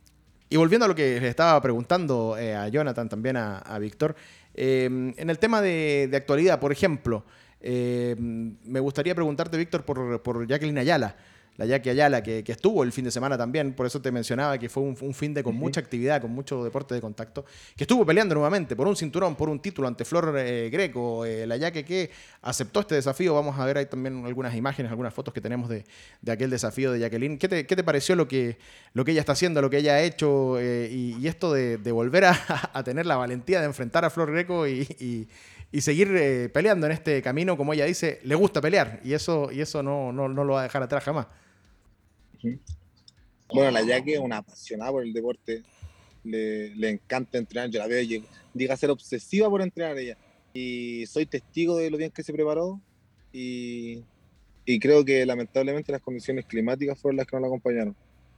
Y volviendo a lo que les estaba preguntando eh, a Jonathan, también a, a Víctor, eh, en el tema de, de actualidad, por ejemplo, eh, me gustaría preguntarte, Víctor, por, por Jacqueline Ayala, la Jackie Ayala, que, que estuvo el fin de semana también, por eso te mencionaba que fue un, un fin de con Ujú. mucha actividad, con mucho deporte de contacto, que estuvo peleando nuevamente por un cinturón, por un título ante Flor eh, Greco, eh, la Jackie que aceptó este desafío. Vamos a ver ahí también algunas imágenes, algunas fotos que tenemos de, de aquel desafío de Jacqueline. ¿Qué te, qué te pareció lo que, lo que ella está haciendo, lo que ella ha hecho eh, y, y esto de, de volver a, a tener la valentía de enfrentar a Flor Greco y, y- y seguir eh, peleando en este camino? Como ella dice, le gusta pelear y eso, y eso no, no, no lo va a dejar atrás jamás. Ujú. Bueno, la Jackie es una apasionada por el deporte, le, le encanta entrenar, yo la veo, lleg- llega a ser obsesiva por entrenar ella. Y soy testigo de lo bien que se preparó y, y creo que lamentablemente las condiciones climáticas fueron las que no la acompañaron.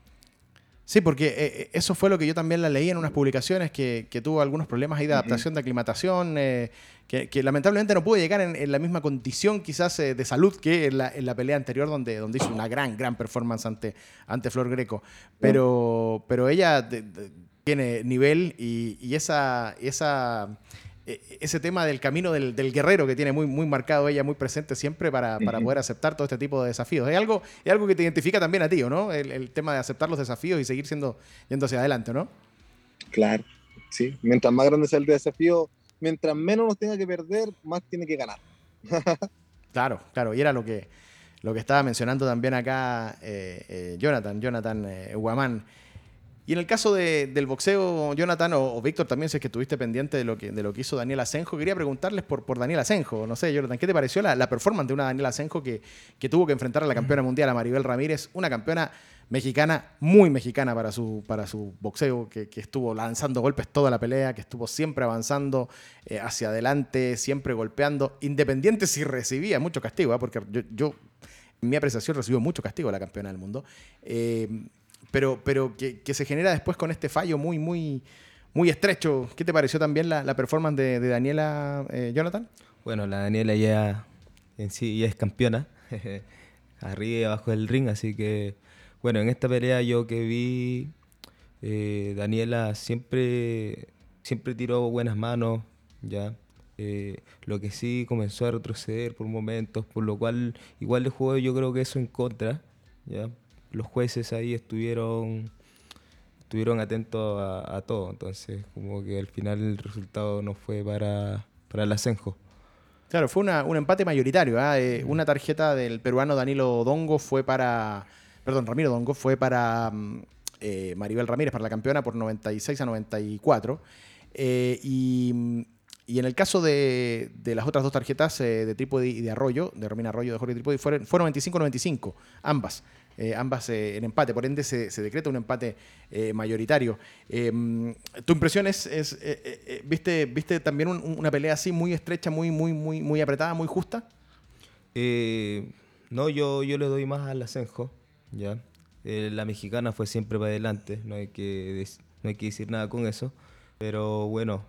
Sí, porque eh, eh, eso fue lo que yo también la leí en unas publicaciones, que, que tuvo algunos problemas ahí de Ujú. adaptación, de aclimatación, eh, que, que lamentablemente no pudo llegar en, en la misma condición quizás eh, de salud que en la, en la pelea anterior, donde, donde hizo una gran, gran performance ante, ante Flor Greco. Pero, pero ella de- de- tiene nivel y, y esa, esa, e- ese tema del camino del, del guerrero que tiene muy, muy marcado ella, muy presente siempre para, para Ujú. poder aceptar todo este tipo de desafíos. Es algo, es algo que te identifica también a ti, ¿o no? El, el tema de aceptar los desafíos y seguir siendo, yendo hacia adelante, ¿no? Claro, sí. Mientras más grande sea el desafío, mientras menos nos tenga que perder, más tiene que ganar. Claro, claro. Y era lo que, lo que estaba mencionando también acá eh, eh, Jonathan, Jonathan eh, Guamán. Y en el caso de- del boxeo, Jonathan o, o Víctor, también si es que estuviste pendiente de lo que, de lo que hizo Daniel Asenjo, quería preguntarles por, por Daniel Asenjo. No sé, Jonathan, ¿qué te pareció la, la performance de una Daniel Asenjo que, que tuvo que enfrentar a la campeona mundial, a Maribel Ramírez? Una campeona mexicana, muy mexicana para su, para su boxeo, que, que estuvo lanzando golpes toda la pelea, que estuvo siempre avanzando eh, hacia adelante, siempre golpeando, independiente si recibía mucho castigo, ¿eh? Porque yo, yo, en mi apreciación, recibió mucho castigo la campeona del mundo. Eh, pero, pero que, que se genera después con este fallo muy, muy, muy estrecho. ¿Qué te pareció también la, la performance de, de Daniela, eh, Jonathan? Bueno, la Daniela ya en sí ya es campeona, arriba y abajo del ring, así que, bueno, en esta pelea yo que vi, eh, Daniela siempre, siempre tiró buenas manos, ya, Eh, lo que sí comenzó a retroceder por momentos, por lo cual igual el juego yo creo que eso en contra, ¿ya? Los jueces ahí estuvieron estuvieron atentos a, a todo, entonces como que al final el resultado no fue para, para el Asenjo. Claro, fue una, un empate mayoritario. ¿eh? Eh, una tarjeta del peruano Danilo Dongo fue para... Perdón, Ramiro Dongo fue para mm, eh, Maribel Ramírez, para la campeona, por noventa y seis a noventa y cuatro. Eh, y, y en el caso de, de las otras dos tarjetas eh, de Trípode y de Arroyo, de Romina Arroyo, de Jorge Trípode, fueron, fueron noventa y cinco a noventa y cinco, ambas. Eh, ambas eh, en empate, por ende se, se decreta un empate eh, mayoritario. Eh, ¿Tu impresión es, es eh, eh, viste, viste también un, una pelea así muy estrecha, muy, muy, muy, muy apretada, muy justa? Eh, no, yo, yo le doy más al Asenjo, ¿ya? Eh, la mexicana fue siempre para adelante, no hay que, no hay que decir nada con eso, pero bueno,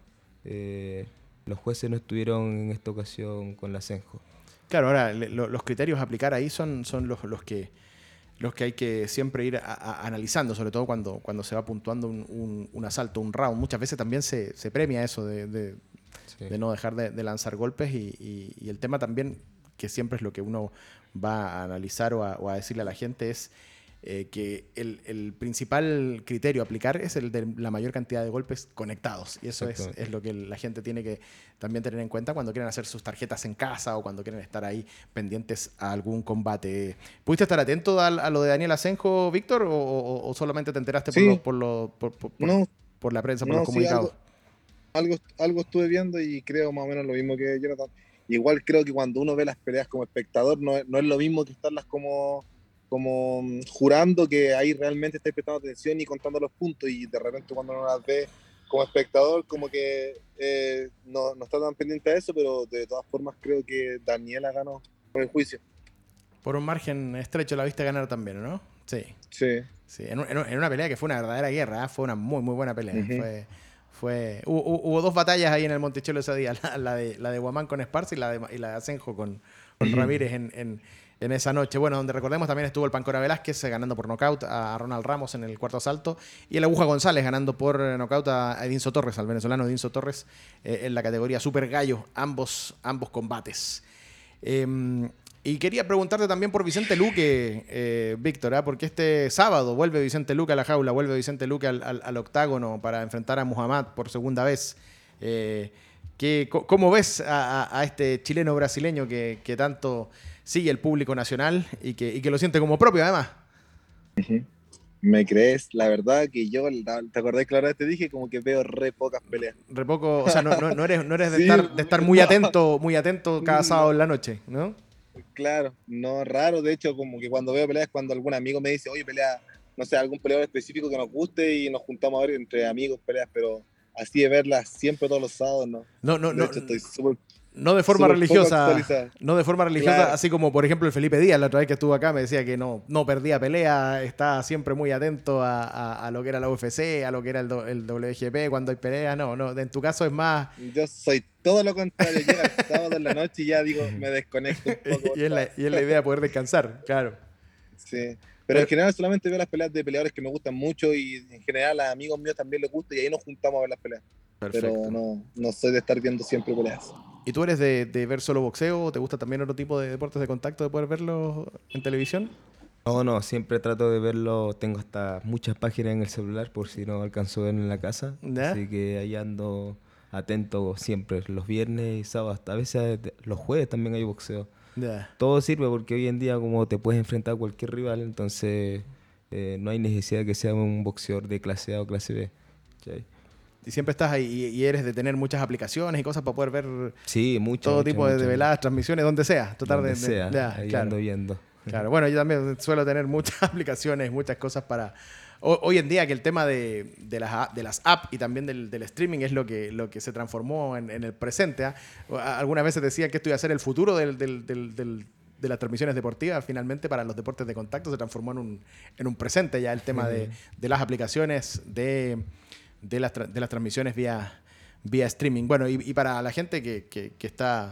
eh, los jueces no estuvieron en esta ocasión con el Asenjo. Claro, ahora le, lo, los criterios a aplicar ahí son, son los, los que los que hay que siempre ir a, a, analizando, sobre todo cuando, cuando se va puntuando un, un, un asalto, un round. Muchas veces también se, se premia eso de, de, sí. de no dejar de, de lanzar golpes y, y, y el tema también, que siempre es lo que uno va a analizar o a, o a decirle a la gente, es eh, que el, el principal criterio a aplicar es el de la mayor cantidad de golpes conectados. Y eso es, es lo que la gente tiene que también tener en cuenta cuando quieren hacer sus tarjetas en casa o cuando quieren estar ahí pendientes a algún combate. ¿Pudiste estar atento a, a lo de Daniel Asenjo, Víctor, o, o, o solamente te enteraste sí. por, lo, por, lo, por, por, por, no, por la prensa, por no, los comunicados? Sí, algo, algo, algo estuve viendo y creo más o menos lo mismo que Jonathan. Igual creo que cuando uno ve las peleas como espectador no, no es lo mismo que estarlas como, como jurando, que ahí realmente estáis prestando atención y contando los puntos, y de repente cuando uno las ve como espectador como que eh, no, no está tan pendiente a eso, pero de todas formas creo que Daniela ganó por el juicio. Por un margen estrecho la viste ganar también, ¿no? Sí. Sí. sí. En, en, en una pelea que fue una verdadera guerra, ¿eh? Fue una muy, muy buena pelea. Uh-huh. Fue... Fue, hubo, hubo dos batallas ahí en el Monticello ese día, la, la, de, la de Guamán con Esparza y la de, y la de Asenjo con, con uh-huh. Ramírez en, en, en esa noche. Bueno, donde recordemos también estuvo el Pancora Velázquez ganando por nocaut a Ronald Ramos en el cuarto asalto y el Aguja González ganando por nocaut a Edinso Torres, al venezolano Edinso Torres, eh, en la categoría Super Gallo, ambos, ambos combates. Eh, Y quería preguntarte también por Vicente Luque, eh, Víctor, ¿eh? porque este sábado vuelve Vicente Luque a la jaula, vuelve Vicente Luque al, al, al octágono para enfrentar a Muhammad por segunda vez. Eh, ¿qué, ¿Cómo ves a, a, a este chileno brasileño que, que tanto sigue el público nacional y que, y que lo siente como propio además? Uh-huh. ¿Me crees? La verdad que yo, ¿te acordás que la verdad te dije? Como que veo re pocas peleas. Re poco, o sea, no, no, no eres, no eres de, sí, estar, de estar muy no. atento, muy atento cada sábado en la noche, ¿no? Claro, no, raro. De hecho, como que cuando veo peleas, cuando algún amigo me dice, oye, pelea, no sé, algún peleador específico que nos guste y nos juntamos a ver entre amigos peleas, pero así de verlas siempre todos los sábados, no. No, no, de no. hecho, estoy súper... No de forma religiosa, no de forma religiosa, claro. Así como por ejemplo el Felipe Díaz, la otra vez que estuvo acá me decía que no, no perdía pelea, está siempre muy atento a, a, a lo que era la U F C, a lo que era el, el W G P cuando hay pelea, no, no, en tu caso es más... Yo soy todo lo contrario, llega el sábado en la noche y ya digo, me desconecto un poco. y, es la, y es la idea de poder descansar, claro. Sí, pero, pero en general solamente veo las peleas de peleadores que me gustan mucho y en general a amigos míos también les gusta y ahí nos juntamos a ver las peleas. Perfecto. Pero no, no soy de estar viendo siempre peleas. ¿Y tú eres de, de ver solo boxeo o te gusta también otro tipo de deportes de contacto, de poder verlo en televisión? No, no, siempre trato de verlo. Tengo hasta muchas páginas en el celular por si no alcanzo a verlo en la casa. ¿Ya? Así que ahí ando atento siempre, los viernes y sábados. A veces los jueves también hay boxeo. ¿Ya? Todo sirve porque hoy en día como te puedes enfrentar a cualquier rival, entonces eh, no hay necesidad de que sea un boxeador de clase A o clase B. ¿Sí? Y siempre estás ahí y eres de tener muchas aplicaciones y cosas para poder ver sí, mucho, todo mucho, tipo mucho, de veladas, transmisiones, donde sea. Tratar donde de, sea, de, de, ahí claro. ando viendo. Claro, bueno, yo también suelo tener muchas aplicaciones, muchas cosas para... O, hoy en día que el tema de, de, las, de las apps y también del, del streaming es lo que, lo que se transformó en, en el presente. ¿eh? Algunas veces decían que esto iba a ser el futuro del, del, del, del de las transmisiones deportivas. Finalmente para los deportes de contacto se transformó en un, en un presente ya el tema de, de las aplicaciones de... De las, de las transmisiones vía, vía streaming. Bueno, y, y para la gente que, que, que está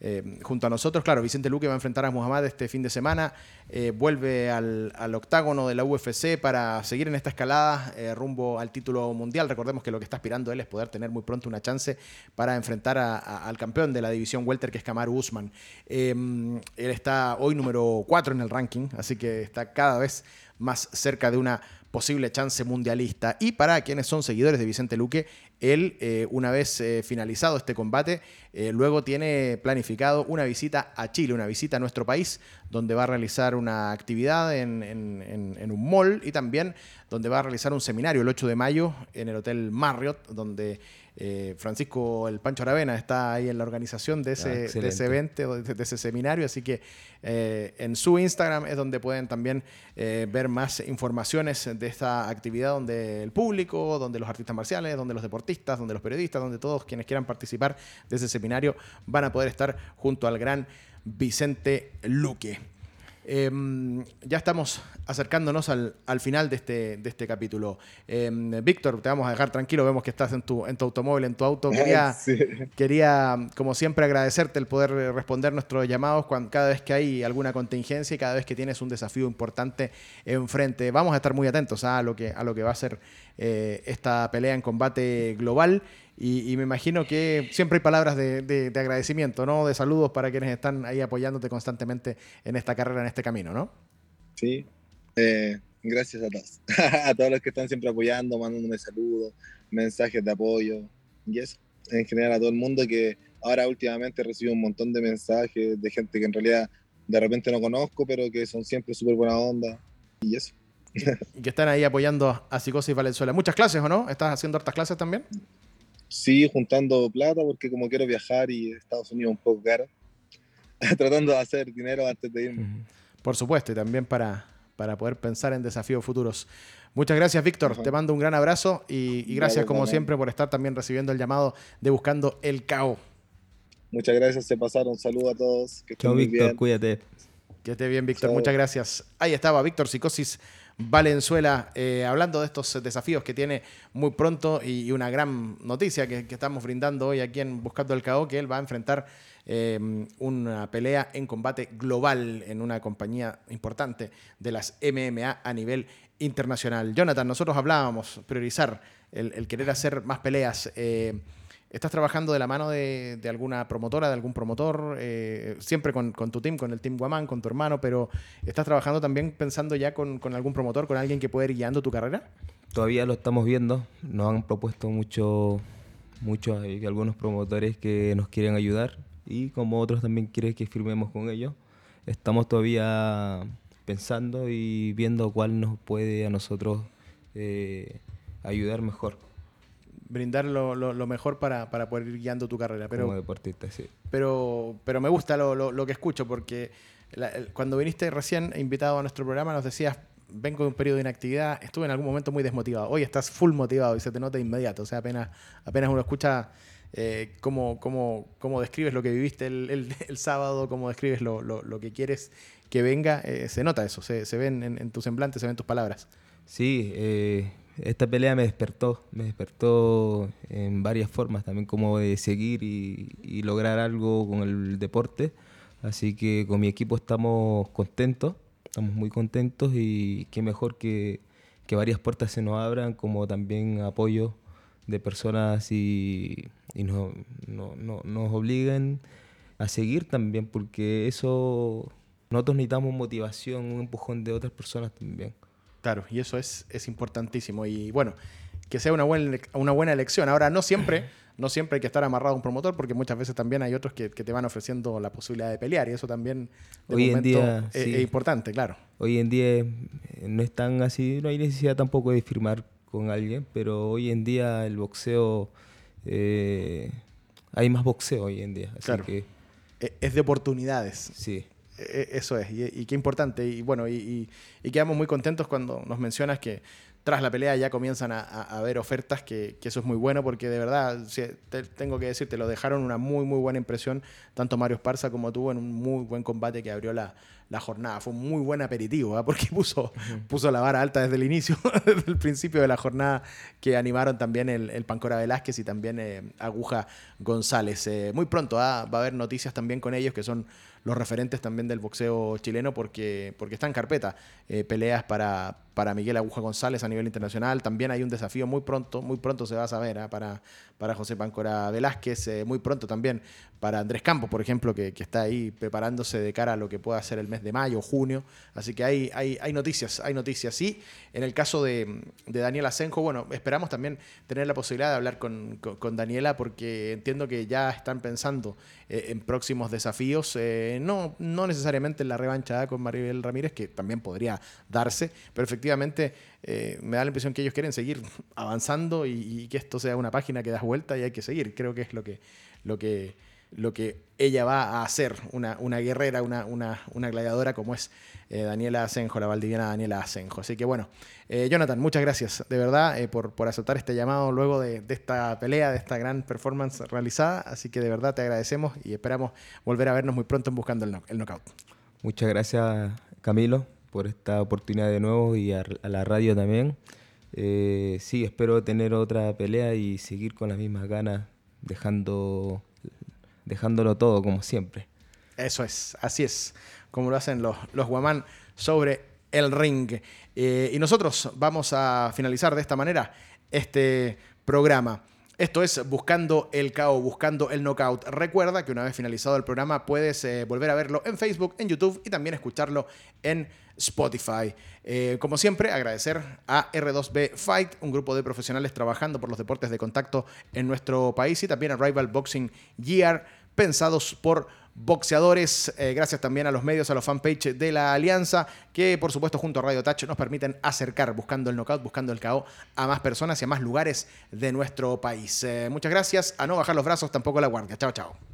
eh, junto a nosotros. Claro, Vicente Luque va a enfrentar a Muhammad este fin de semana, eh, vuelve al, al octágono de la U F C para seguir en esta escalada eh, rumbo al título mundial. Recordemos que lo que está aspirando él es poder tener muy pronto una chance para enfrentar a, a, al campeón de la división welter, que es Kamaru Usman. Eh, él está hoy número cuatro en el ranking, así que está cada vez más cerca de una posible chance mundialista. Y para quienes son seguidores de Vicente Luque, él, eh, una vez eh, finalizado este combate, eh, luego tiene planificado una visita a Chile, una visita a nuestro país, donde va a realizar una actividad en, en, en, en un mall y también donde va a realizar un seminario el ocho de mayo en el Hotel Marriott, donde eh, Francisco el Pancho Aravena está ahí en la organización de ese, ah, de ese evento, de, de ese seminario, así que eh, en su Instagram es donde pueden también eh, ver más informaciones de esta actividad, donde el público, donde los artistas marciales, donde los deportistas, donde los periodistas, donde todos quienes quieran participar de ese seminario van a poder estar junto al gran Vicente Luque. Eh, ya estamos acercándonos al, al final de este, de este capítulo. Eh, Víctor, te vamos a dejar tranquilo, vemos que estás en tu, en tu automóvil, en tu auto. Quería, sí. quería, como siempre, agradecerte el poder responder nuestros llamados cuando, cada vez que hay alguna contingencia y cada vez que tienes un desafío importante enfrente. Vamos a estar muy atentos a lo que, a lo que va a ser eh, esta pelea en combate global. Y, y me imagino que siempre hay palabras de, de, de agradecimiento, ¿no? De saludos para quienes están ahí apoyándote constantemente en esta carrera, en este camino, ¿no? Sí, eh, gracias a todos. A todos los que están siempre apoyando, mandándome saludos, mensajes de apoyo. Y eso, en general a todo el mundo que ahora últimamente recibo un montón de mensajes de gente que en realidad de repente no conozco, pero que son siempre súper buena onda. Y eso. Y que están ahí apoyando a Psicosis Valenzuela. ¿Muchas clases o no? ¿Estás haciendo hartas clases también? Sí, juntando plata porque como quiero viajar y Estados Unidos un poco caro, tratando de hacer dinero antes de irme. Por supuesto, y también para, para poder pensar en desafíos futuros. Muchas gracias, Víctor. Ajá. Te mando un gran abrazo y, y gracias, vale, como también. siempre, por estar también recibiendo el llamado de Buscando el K O. Muchas gracias, se pasaron. Saludos a todos. Que estén Chao, muy Víctor, bien. Cuídate. Que esté bien, Víctor. Chao. Muchas gracias. Ahí estaba Víctor Psicosis Valenzuela, eh, hablando de estos desafíos que tiene muy pronto y, y una gran noticia que, que estamos brindando hoy aquí en Buscando el K O, que él va a enfrentar eh, una pelea en combate global en una compañía importante de las M M A a nivel internacional. Jonathan, nosotros hablábamos, priorizar el, el querer hacer más peleas. Eh, ¿Estás trabajando de la mano de, de alguna promotora, de algún promotor? Eh, siempre con, con tu team, con el Team Guamán, con tu hermano, pero ¿estás trabajando también pensando ya con, con algún promotor, con alguien que pueda ir guiando tu carrera? Todavía lo estamos viendo. Nos han propuesto mucho, mucho hay algunos promotores que nos quieren ayudar y como otros también quieren que firmemos con ellos. Estamos todavía pensando y viendo cuál nos puede a nosotros eh, ayudar mejor. Brindar lo, lo, lo mejor para, para poder ir guiando tu carrera. Pero, como deportista, sí. Pero, pero me gusta lo, lo, lo que escucho, porque la, el, cuando viniste recién invitado a nuestro programa nos decías, vengo de un periodo de inactividad, estuve en algún momento muy desmotivado. Hoy estás full motivado y se te nota de inmediato. O sea, apenas, apenas uno escucha eh, cómo, cómo, cómo describes lo que viviste el, el, el sábado, cómo describes lo, lo, lo que quieres que venga, eh, se nota eso, se, se ven en, en tu semblante, se ven tus palabras. Sí, eh... esta pelea me despertó, me despertó en varias formas, también como de seguir y, y lograr algo con el deporte. Así que con mi equipo estamos contentos, estamos muy contentos y qué mejor que, que varias puertas se nos abran, como también apoyo de personas y, y no, no, no, nos obliguen a seguir también, porque eso nosotros necesitamos motivación, un empujón de otras personas también. Claro, y eso es, es importantísimo. Y bueno, que sea una buena, una buena elección. Ahora, no siempre, no siempre hay que estar amarrado a un promotor, porque muchas veces también hay otros que, que te van ofreciendo la posibilidad de pelear, y eso también de hoy momento en día, es, sí. es importante, claro. Hoy en día no es tan así, no hay necesidad tampoco de firmar con alguien, pero hoy en día el boxeo, eh, hay más boxeo hoy en día. Así claro. que, es de oportunidades. Sí. Eso es, y, y qué importante. Y bueno, y, y, y quedamos muy contentos cuando nos mencionas que tras la pelea ya comienzan a, a, a ver ofertas, que, que eso es muy bueno, porque de verdad, si, te, tengo que decirte, lo dejaron una muy, muy buena impresión, tanto Mario Esparza como tú, en un muy buen combate que abrió la, la jornada. Fue un muy buen aperitivo, ¿eh? Porque puso, uh-huh. puso la vara alta desde el inicio, desde el principio de la jornada, que animaron también el, el Pancora Velázquez y también eh, Aguja González. Eh, muy pronto ¿eh? va a haber noticias también con ellos, que son los referentes también del boxeo chileno, porque, porque está en carpeta. Eh, peleas para, para Miguel Aguja González a nivel internacional. También hay un desafío muy pronto, muy pronto se va a saber, ¿eh? para, para José Pancora Velázquez, eh, muy pronto también para Andrés Campos, por ejemplo, que, que está ahí preparándose de cara a lo que pueda ser el mes de mayo o junio. Así que hay, hay, hay noticias, hay noticias. Sí, en el caso de, de Daniela Asenjo, bueno, esperamos también tener la posibilidad de hablar con, con, con Daniela, porque entiendo que ya están pensando eh, en próximos desafíos. Eh, no, no necesariamente en la revancha con Maribel Ramírez, que también podría darse, pero efectivamente eh, me da la impresión que ellos quieren seguir avanzando y, y que esto sea una página que das vuelta y hay que seguir. Creo que es lo que, lo que, lo que ella va a hacer, una, una guerrera, una, una, una gladiadora como es eh, Daniela Asenjo, la valdiviana Daniela Asenjo. Así que bueno, eh, Jonathan, muchas gracias de verdad eh, por, por aceptar este llamado luego de, de esta pelea, de esta gran performance realizada. Así que de verdad te agradecemos y esperamos volver a vernos muy pronto en Buscando el, no, el Knockout. Muchas gracias, Camilo, por esta oportunidad de nuevo y a, a la radio también. Eh, sí, espero tener otra pelea y seguir con las mismas ganas, dejando, dejándolo todo como siempre. Eso es, así es, como lo hacen los, los guamán sobre el ring. Eh, y nosotros vamos a finalizar de esta manera este programa. Esto es Buscando el K O, Buscando el Knockout. Recuerda que una vez finalizado el programa puedes eh, volver a verlo en Facebook, en YouTube y también escucharlo en Spotify. Eh, como siempre, agradecer a R dos B Fight, un grupo de profesionales trabajando por los deportes de contacto en nuestro país, y también a Rival Boxing Gear, pensados por boxeadores. Eh, gracias también a los medios, a los fanpage de la Alianza, que por supuesto junto a Radio Touch nos permiten acercar Buscando el Knockout, Buscando el K O a más personas y a más lugares de nuestro país. Eh, muchas gracias, a no bajar los brazos, tampoco la guardia. Chao, chao.